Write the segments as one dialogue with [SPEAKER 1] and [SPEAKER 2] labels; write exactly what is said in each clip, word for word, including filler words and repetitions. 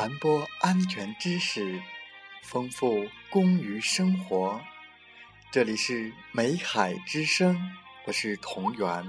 [SPEAKER 1] 传播安全知识，丰富工于生活。这里是美海之声，我是同源。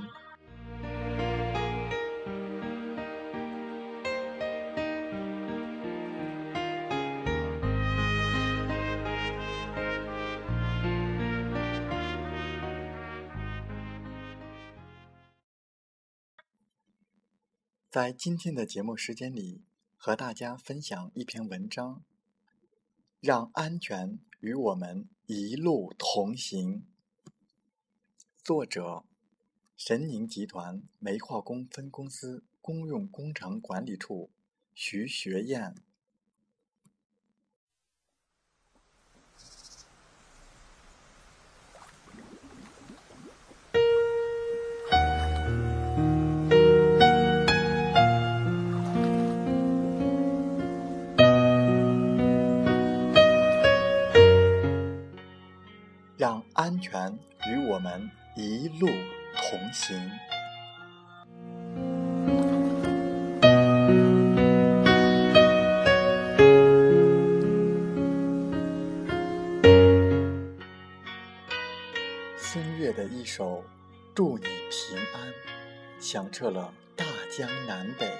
[SPEAKER 1] 在今天的节目时间里，和大家分享一篇文章，让安全与我们一路同行。作者：神宁集团煤化工分公司公用工程管理处徐学燕。让安全与我们一路同行。孙悦的一首《祝你平安》响彻了大江南北。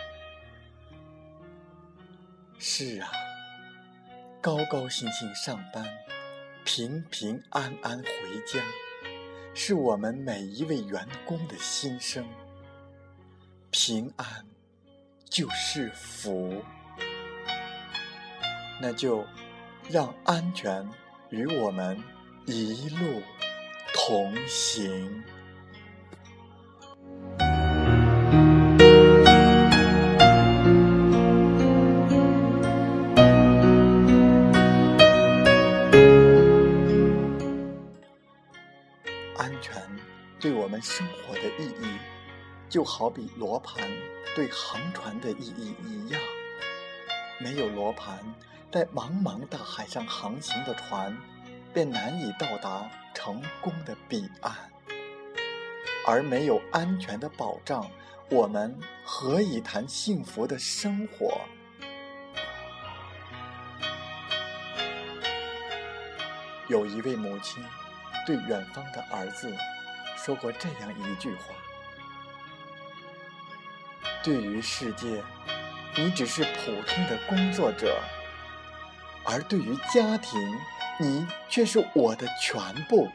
[SPEAKER 1] 是啊，高高兴兴上班，平平安安回家，是我们每一位员工的心声。平安就是福，那就让安全与我们一路同行。安全对我们生活的意义，就好比罗盘对航船的意义一样。没有罗盘，在茫茫大海上航行的船，便难以到达成功的彼岸。而没有安全的保障，我们何以谈幸福的生活？有一位母亲对远方的儿子说过这样一句话：对于世界，你只是普通的工作者，而对于家庭，你却是我的全部。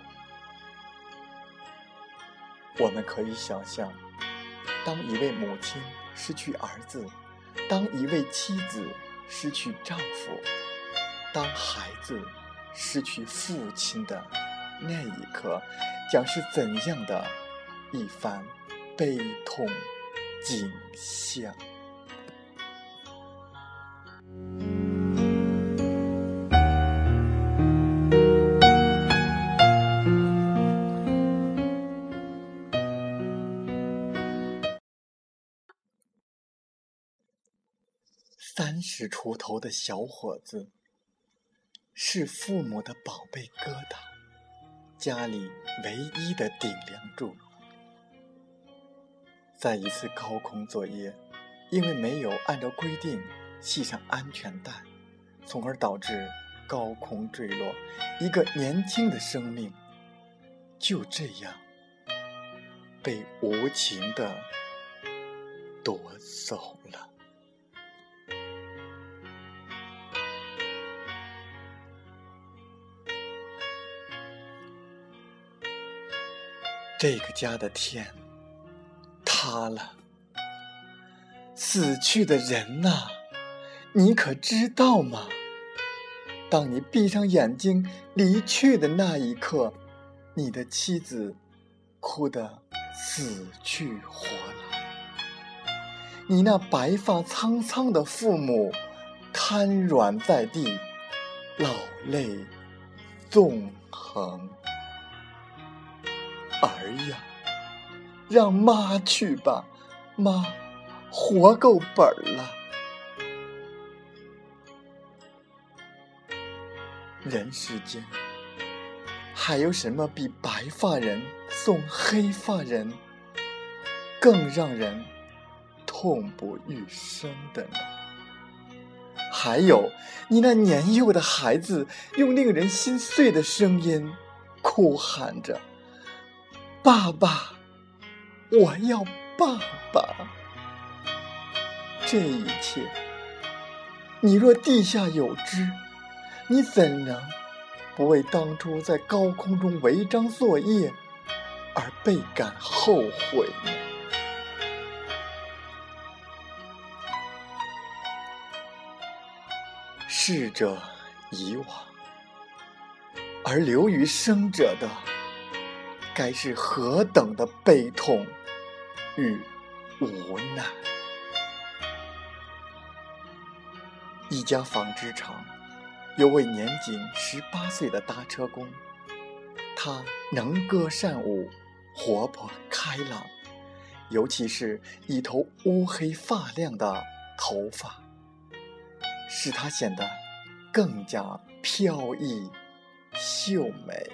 [SPEAKER 1] 我们可以想象，当一位母亲失去儿子，当一位妻子失去丈夫，当孩子失去父亲的那一刻，将是怎样的一番悲痛景象。三十出头的小伙子，是父母的宝贝疙瘩，家里唯一的顶梁柱。在一次高空作业，因为没有按照规定系上安全带，从而导致高空坠落，一个年轻的生命就这样被无情地夺走了。这个家的天塌了，死去的人啊，你可知道吗？当你闭上眼睛离去的那一刻，你的妻子哭得死去活来，你那白发苍苍的父母瘫软在地，老泪纵横。儿呀，让妈去吧，妈活够本了。人世间还有什么比白发人送黑发人更让人痛不欲生的呢？ 还有你那年幼的孩子用令人心碎的声音哭喊着：爸爸，我要爸爸。这一切，你若地下有知，你怎能不为当初在高空中违章作业而倍感后悔呢？逝者已往，而留于生者的，该是何等的悲痛与无奈。一家纺织厂有位年仅十八岁的搭车工，他能歌善舞，活泼开朗，尤其是一头乌黑发亮的头发，使他显得更加飘逸秀美。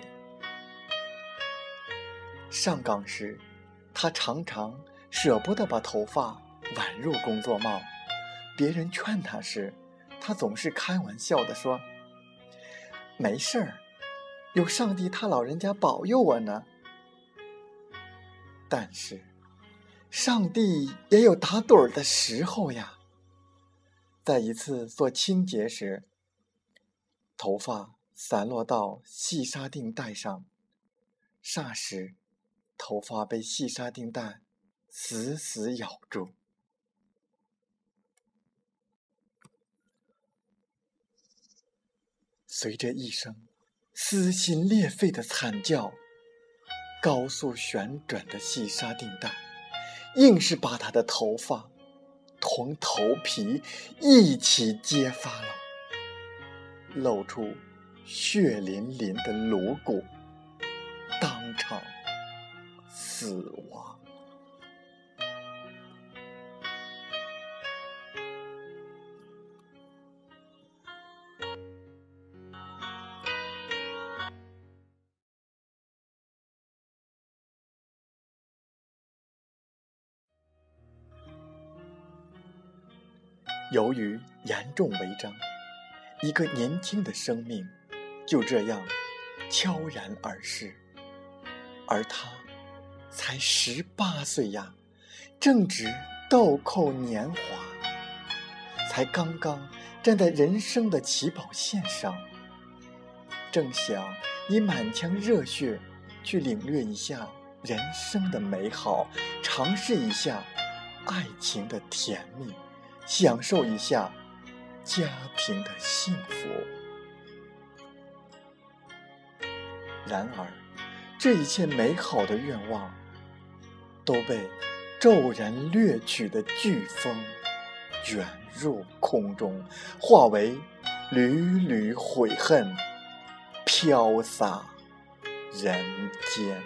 [SPEAKER 1] 上岗时，他常常舍不得把头发挽入工作帽，别人劝他时，他总是开玩笑地说：没事儿，有上帝他老人家保佑我呢。但是上帝也有打盹儿的时候呀。在一次做清洁时，头发散落到细沙锭带上，霎时头发被细沙锭带死死咬住。随着一声撕心裂肺的惨叫，高速旋转的细沙锭带硬是把他的头发同头皮一起揭发了，露出血淋淋的颅骨，当场死亡。由于严重违章，一个年轻的生命就这样悄然而逝，而他才十八岁呀，正值豆蔻年华，才刚刚站在人生的起跑线上，正想以满腔热血去领略一下人生的美好，尝试一下爱情的甜蜜，享受一下家庭的幸福。然而，这一切美好的愿望都被骤然掠去的飓风卷入空中，化为缕缕悔恨，飘洒人间。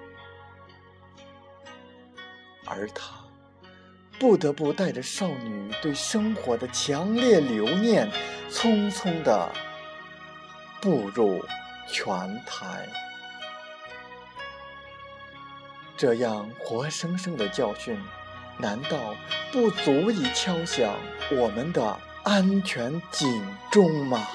[SPEAKER 1] 而他不得不带着少女对生活的强烈留念，匆匆地步入泉台。这样活生生的教训，难道不足以敲响我们的安全警钟吗？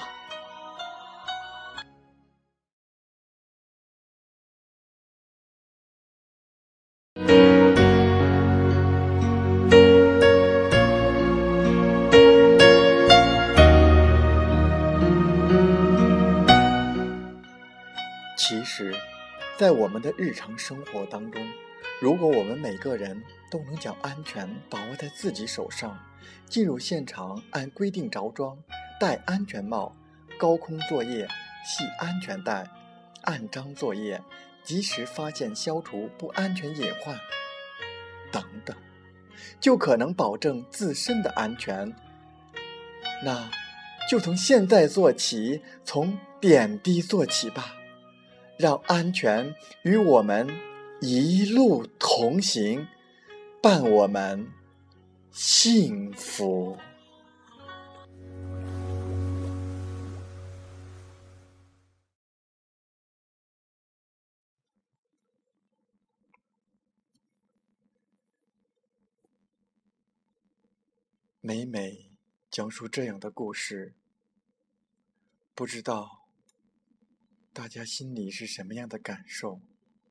[SPEAKER 1] 其实，在我们的日常生活当中，如果我们每个人都能将安全把握在自己手上，进入现场按规定着装，戴安全帽，高空作业，系安全带，按章作业，及时发现消除不安全隐患等等，就可能保证自身的安全。那就从现在做起，从点滴做起吧，让安全与我们一路同行，伴我们幸福。每每讲述这样的故事，不知道大家心里是什么样的感受？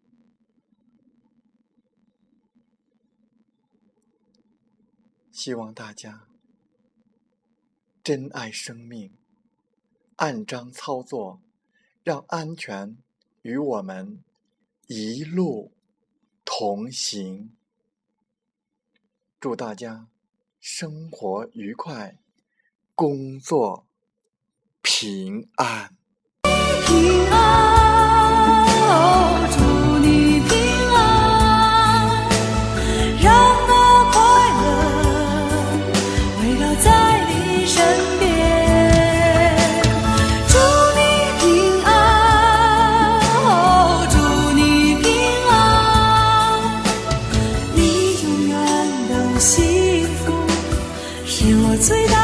[SPEAKER 1] 希望大家珍爱生命，按章操作，让安全与我们一路同行。祝大家生活愉快，工作平安。
[SPEAKER 2] 平安，哦，祝你平安，让那快乐围绕在你身边。祝你平安，哦，祝你平安，你永远都幸福，是我最大